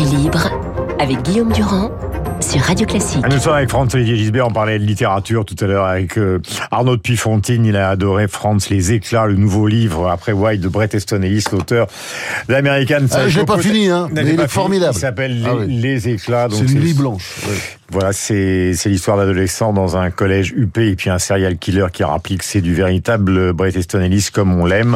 Esprit libre avec Guillaume Durand sur Radio Classique. Nous sommes avec Franz-Olivier Gisbert, on parlait de littérature tout à l'heure avec Arnaud de Puyfontaine. Il a adoré Franz, Les Éclats, le nouveau livre après White de Bret Easton Ellis, l'auteur d'American Psycho. Je l'ai pas fini, mais il est formidable. Il s'appelle Les Éclats. Donc c'est une lie blanche. Ouais. Voilà, c'est l'histoire d'adolescents dans un collège huppé et puis un serial killer qui rapplique que c'est du véritable Bret Easton Ellis comme on l'aime.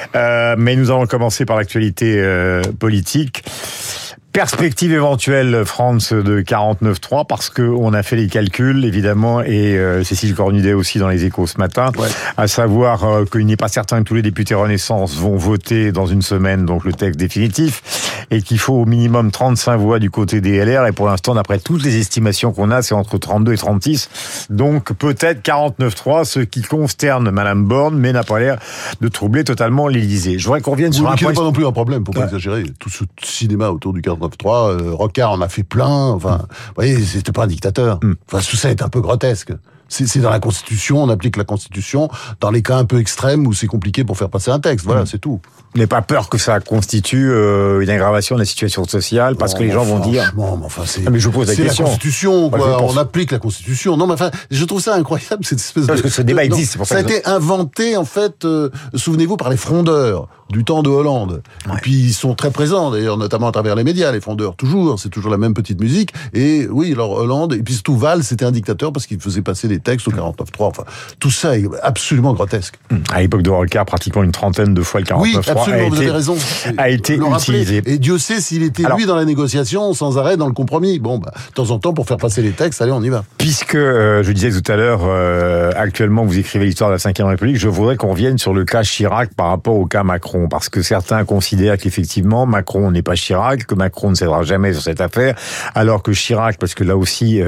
Mais nous allons commencer par l'actualité politique. Perspective éventuelle, France, de 49.3, parce que on a fait les calculs, évidemment, et Cécile Cornudet aussi dans les Échos ce matin, à savoir qu'il n'est pas certain que tous les députés Renaissance vont voter dans une semaine, donc le texte définitif, et qu'il faut au minimum 35 voix du côté des LR, et pour l'instant, d'après toutes les estimations qu'on a, c'est entre 32 et 36, donc peut-être 49.3, ce qui consterne Madame Borne, mais n'a pas l'air de troubler totalement l'Élysée. Je voudrais qu'on revienne sur un point. Pas non plus un problème, faut pas exagérer. Tout ce cinéma autour du 49.3, Rocard en a fait plein, enfin, vous voyez, c'était pas un dictateur. Enfin, tout ça est un peu grotesque. C'est dans la Constitution, on applique la Constitution dans les cas un peu extrêmes où c'est compliqué pour faire passer un texte. Voilà, c'est tout. N'ayez pas peur que ça constitue une aggravation de la situation sociale, parce que les gens vont dire... Mais enfin, mais je vous pose la question. C'est la Constitution, quoi. On applique la Constitution. Non, mais enfin, je trouve ça incroyable, cette espèce parce que ce débat existe, c'est pour ça. Ça a été inventé, en fait, souvenez-vous, par les frondeurs du temps de Hollande. Ouais. Et puis, ils sont très présents, d'ailleurs, notamment à travers les médias, les frondeurs. Toujours, c'est toujours la même petite musique. Et oui, alors Hollande, et puis surtout Valls, c'était un dictateur parce qu'il faisait passer des textes au 49.3. Enfin, tout ça est absolument grotesque. À l'époque de Rocard, pratiquement une trentaine de fois le 49.3 oui, absolument, vous avez raison. A été utilisé. Et Dieu sait s'il était, lui, dans la négociation, sans arrêt, dans le compromis. Bon, de temps en temps, pour faire passer les textes, allez, on y va. Puisque, je disais tout à l'heure, actuellement, vous écrivez l'histoire de la Ve République, je voudrais qu'on revienne sur le cas Chirac par rapport au cas Macron. Parce que certains considèrent qu'effectivement, Macron n'est pas Chirac, que Macron ne cédera jamais sur cette affaire, alors que Chirac, parce que là aussi,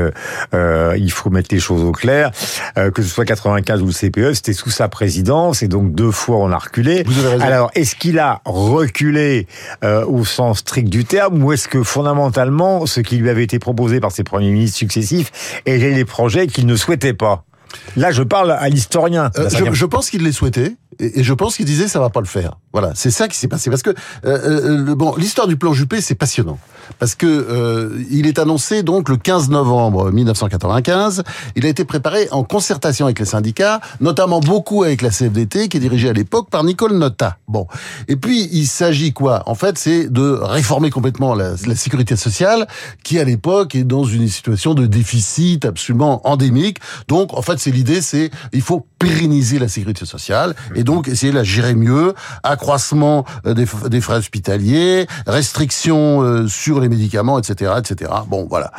il faut mettre les choses au clair, que ce soit 95 ou le CPE, c'était sous sa présidence, et donc 2 fois on a reculé. Vous avez raison. Alors, est-ce qu'il a reculé au sens strict du terme, ou est-ce que fondamentalement, ce qui lui avait été proposé par ses premiers ministres successifs étaient des projets qu'il ne souhaitait pas? Là, je parle à l'historien. Je pense qu'il les souhaitait, et je pense qu'il disait ça va pas le faire. Voilà, c'est ça qui s'est passé. Parce que l'histoire du plan Juppé, c'est passionnant. Parce que il est annoncé donc le 15 novembre 1995. Il a été préparé en concertation avec les syndicats, notamment beaucoup avec la CFDT, qui est dirigée à l'époque par Nicole Notat. Bon, et puis il s'agit quoi? En fait, c'est de réformer complètement la sécurité sociale, qui à l'époque est dans une situation de déficit absolument endémique. Donc, en fait, il faut pérenniser la sécurité sociale et donc essayer de la gérer mieux. Accroissement des frais hospitaliers, restrictions sur les médicaments, etc., etc. Bon, voilà.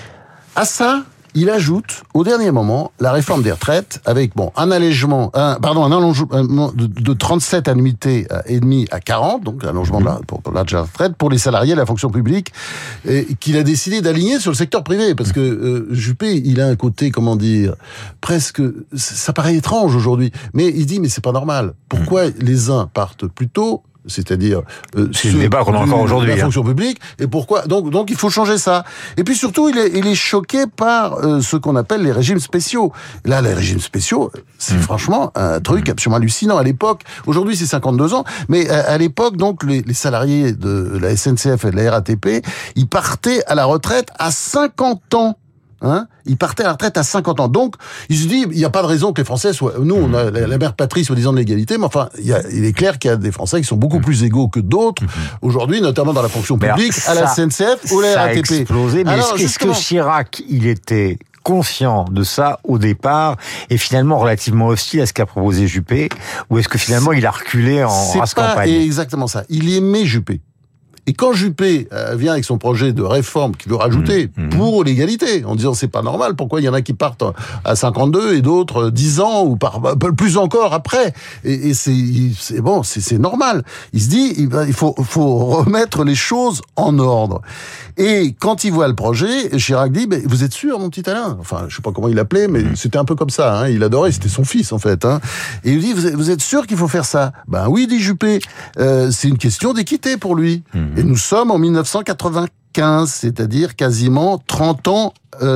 À ça, il ajoute, au dernier moment, la réforme des retraites avec, un allongement de 37 annuités et demi à 40, donc l'allongement pour l'âge de la retraite pour les salariés de la fonction publique, qu'il a décidé d'aligner sur le secteur privé, parce que Juppé, il a un côté, presque, ça paraît étrange aujourd'hui, mais il dit, mais c'est pas normal. Pourquoi les uns partent plus tôt, c'est-à-dire c'est le débat qu'on a encore aujourd'hui, la fonction publique, et pourquoi donc il faut changer ça. Et puis surtout il est choqué par ce qu'on appelle les régimes spéciaux. Là, les régimes spéciaux, c'est franchement un truc absolument hallucinant à l'époque. Aujourd'hui c'est 52 ans, mais à l'époque donc les salariés de la SNCF et de la RATP, ils partaient à la retraite à 50 ans. Il partait à la retraite à 50 ans. Donc, il se dit, il n'y a pas de raison que les Français soient... Nous, on a la mère patrie, soi-disant, de l'égalité, mais enfin, il est clair qu'il y a des Français qui sont beaucoup plus égaux que d'autres, aujourd'hui, notamment dans la fonction publique, à la SNCF ou à la RATP. Ça a explosé, mais est-ce que Chirac, il était conscient de ça au départ, et finalement relativement hostile à ce qu'a proposé Juppé, ou est-ce que finalement il a reculé en race campagne? C'est exactement ça. Il aimait Juppé. Et quand Juppé vient avec son projet de réforme qu'il veut rajouter pour l'égalité, en disant c'est pas normal, pourquoi il y en a qui partent à 52 et d'autres 10 ans ou plus encore après, et c'est bon, c'est normal. Il se dit il faut remettre les choses en ordre. Et quand il voit le projet, Chirac dit vous êtes sûr mon petit Alain? Enfin, je sais pas comment il l'appelait, mais c'était un peu comme ça, il adorait, c'était son fils en fait, Et il dit vous êtes sûr qu'il faut faire ça? Ben oui, dit Juppé, c'est une question d'équité pour lui. Et nous sommes en 1995, c'est-à-dire quasiment 30 ans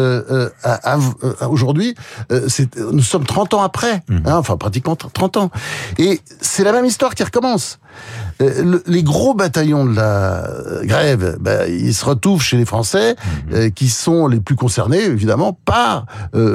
aujourd'hui. Nous sommes 30 ans après, enfin pratiquement 30 ans. Et c'est la même histoire qui recommence. les gros bataillons de la grève, ils se retrouvent chez les Français, qui sont les plus concernés, évidemment, par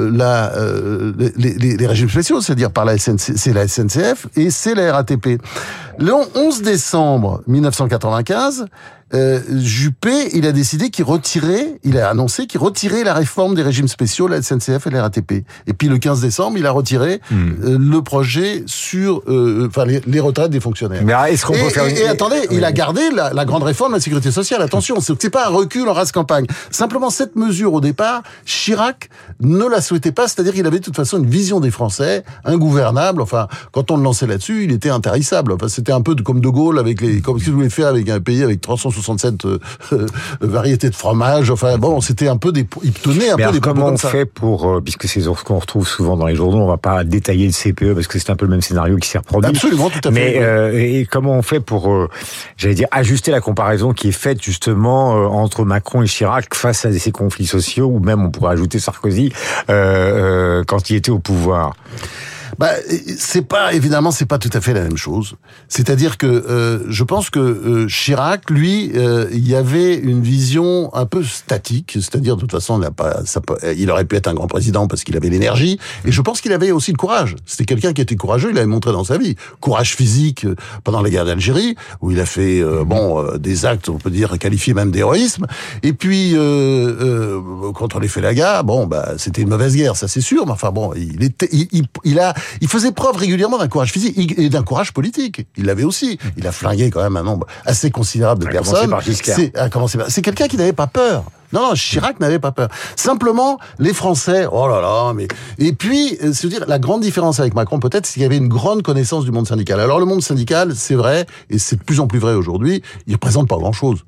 les régimes spéciaux, c'est-à-dire par c'est la SNCF et c'est la RATP. Le 11 décembre 1995, Juppé, il a décidé il a annoncé qu'il retirait la réforme des régimes spéciaux, la SNCF et la RATP. Et puis le 15 décembre, il a retiré le projet sur les retraites des fonctionnaires. Mais est-ce qu'on peut faire attendez, il a gardé la grande réforme de la sécurité sociale. Attention, c'est pas un recul en race campagne. Simplement, cette mesure, au départ, Chirac ne la souhaitait pas, c'est-à-dire qu'il avait de toute façon une vision des Français, ingouvernable. Enfin, quand on le lançait là-dessus, il était intarissable. Enfin, c'était un peu comme De Gaulle comme ce qu'il voulait faire avec un pays avec 367 variétés de fromage. Enfin, bon, c'était un peu il tenait un peu des propos comment comme on ça. fait pour, puisque c'est ce qu'on retrouve souvent dans les journaux, on va pas détailler le CPE parce que c'est un peu le même scénario qui s'est reproduit. Absolument, tout à fait. Mais et comment on fait pour, j'allais dire, ajuster la comparaison qui est faite justement entre Macron et Chirac face à ces conflits sociaux, ou même on pourrait ajouter Sarkozy quand il était au pouvoir? C'est pas tout à fait la même chose. C'est-à-dire que je pense que Chirac, lui, il y avait une vision un peu statique, c'est-à-dire de toute façon, il aurait pu être un grand président parce qu'il avait l'énergie, et je pense qu'il avait aussi le courage. C'était quelqu'un qui était courageux, il l'avait montré dans sa vie. Courage physique pendant la guerre d'Algérie, où il a fait des actes, on peut dire qualifiés même d'héroïsme, et puis contre les Félagas, c'était une mauvaise guerre, ça c'est sûr, mais enfin bon, il faisait preuve régulièrement d'un courage physique et d'un courage politique. Il l'avait aussi. Il a flingué quand même un nombre assez considérable de personnes. C'est quelqu'un qui n'avait pas peur. Non, Chirac n'avait pas peur. Simplement, les Français, oh là là, mais... Et puis, c'est-à-dire, la grande différence avec Macron, peut-être, c'est qu'il y avait une grande connaissance du monde syndical. Alors, le monde syndical, c'est vrai, et c'est de plus en plus vrai aujourd'hui, il représente pas grand-chose.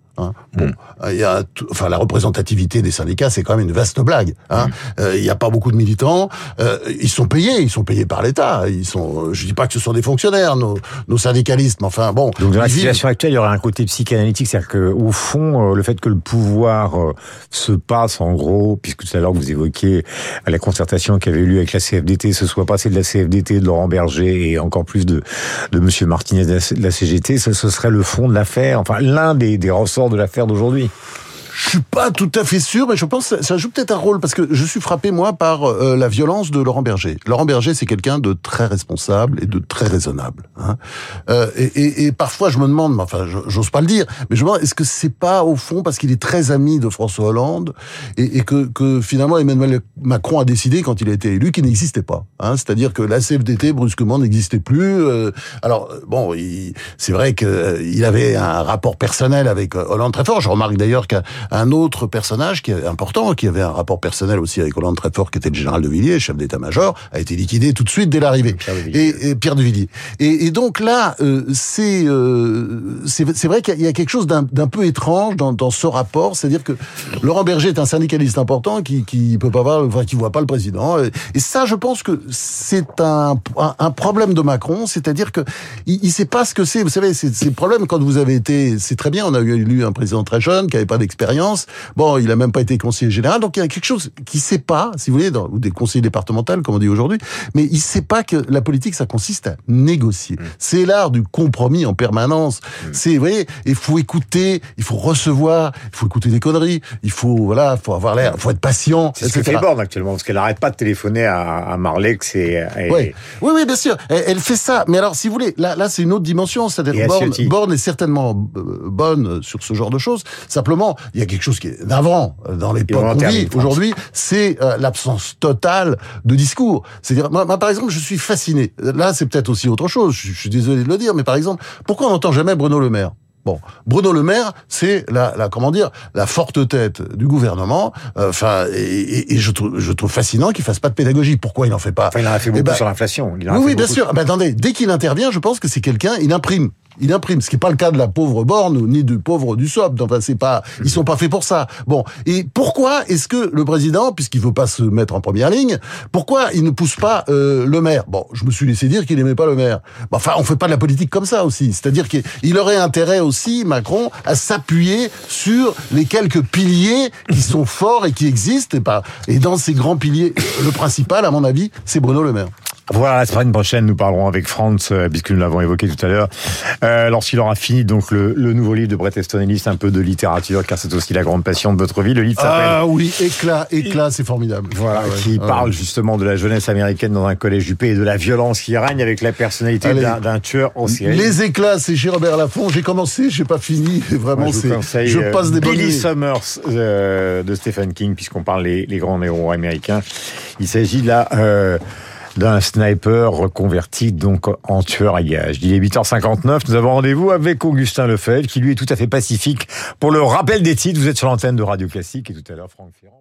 La représentativité des syndicats, c'est quand même une vaste blague. Il y a pas beaucoup de militants. Ils sont payés par l'État. Je dis pas que ce sont des fonctionnaires, nos syndicalistes, mais enfin bon. Donc dans la situation actuelle, il y aurait un côté psychanalytique, c'est-à-dire que au fond, le fait que le pouvoir se passe, en gros, puisque tout à l'heure vous évoquiez la concertation qui avait eu lieu avec la CFDT, se soit passé de la CFDT, de Laurent Berger et encore plus de Monsieur Martinez de la CGT, ce serait le fond de l'affaire. Enfin, l'un des ressorts de l'affaire d'aujourd'hui. Je suis pas tout à fait sûr, mais je pense que ça joue peut-être un rôle, parce que je suis frappé, moi, par la violence de Laurent Berger. Laurent Berger, c'est quelqu'un de très responsable et de très raisonnable. Et parfois, je me demande, j'ose pas le dire, mais je me demande, est-ce que c'est pas, au fond, parce qu'il est très ami de François Hollande, et que finalement, Emmanuel Macron a décidé, quand il a été élu, qu'il n'existait pas. C'est-à-dire que la CFDT, brusquement, n'existait plus. C'est vrai qu'il avait un rapport personnel avec Hollande très fort. Je remarque d'ailleurs qu'un autre personnage qui est important, qui avait un rapport personnel aussi avec Hollande très fort, qui était le général de Villiers, chef d'état-major, a été liquidé tout de suite dès l'arrivée. Pierre de Villiers. Et donc là, c'est vrai qu'il y a quelque chose d'un peu étrange dans ce rapport, c'est-à-dire que Laurent Berger est un syndicaliste important qui peut pas voir, qui voit pas le président. Et ça, je pense que c'est un problème de Macron, c'est-à-dire que il sait pas ce que c'est. Vous savez, c'est le problème quand vous avez été, c'est très bien, on a élu un président très jeune, qui avait pas d'expérience. Bon, il a même pas été conseiller général, donc il y a quelque chose qu'il sait pas, si vous voulez, ou des conseillers départementaux, comme on dit aujourd'hui, mais il sait pas que la politique, ça consiste à négocier. C'est l'art du compromis en permanence. Vous voyez, il faut écouter, il faut recevoir, il faut écouter des conneries, faut avoir l'air, il faut être patient, c'est ce que fait Borne actuellement, parce qu'elle n'arrête pas de téléphoner à Marlex Oui, bien sûr, elle fait ça, mais alors, si vous voulez, là c'est une autre dimension, c'est-à-dire Borne est certainement bonne sur ce genre de choses, simplement, il y a quelque chose qui est navrant dans l'époque qu'on vit aujourd'hui, c'est l'absence totale de discours. C'est-à-dire, moi, par exemple, je suis fasciné. Là, c'est peut-être aussi autre chose. Je suis désolé de le dire, mais par exemple, pourquoi on n'entend jamais Bruno Le Maire ? Bon, Bruno Le Maire, c'est la forte tête du gouvernement. Et je trouve fascinant qu'il fasse pas de pédagogie. Pourquoi il n'en fait pas ? Il en a fait beaucoup sur l'inflation. Oui, bien sûr. Attendez, dès qu'il intervient, je pense que c'est quelqu'un, il imprime, ce qui est pas le cas de la pauvre Borne ni du pauvre Dussopt. Enfin, ils sont pas faits pour ça. Bon, et pourquoi est-ce que le président, puisqu'il veut pas se mettre en première ligne, pourquoi il ne pousse pas Le Maire ? Bon, je me suis laissé dire qu'il aimait pas Le Maire. Enfin, on fait pas de la politique comme ça aussi. C'est-à-dire qu'il aurait intérêt aussi, Macron, à s'appuyer sur les quelques piliers qui sont forts et qui existent. Et dans ces grands piliers, le principal, à mon avis, c'est Bruno Le Maire. Voilà, la semaine prochaine, nous parlerons avec Franz, puisque nous l'avons évoqué tout à l'heure, lorsqu'il aura fini donc le nouveau livre de Bret Easton Ellis, un peu de littérature, car c'est aussi la grande passion de votre vie. Le livre s'appelle... Ah oui, éclat, c'est formidable. Voilà, qui parle justement de la jeunesse américaine dans un collège UP et de la violence qui règne avec la personnalité d'un tueur en série. Les éclats, c'est chez Robert Laffont. J'ai commencé, j'ai pas fini. Vraiment, je passe des bonnes nuits. Billy Summers de Stephen King, puisqu'on parle les grands héros américains. Il s'agit là d'un sniper reconverti donc en tueur à gages. Il est 8h59, nous avons rendez-vous avec Augustin Lefebvre, qui lui est tout à fait pacifique pour le rappel des titres. Vous êtes sur l'antenne de Radio Classique et tout à l'heure Franck Ferrand.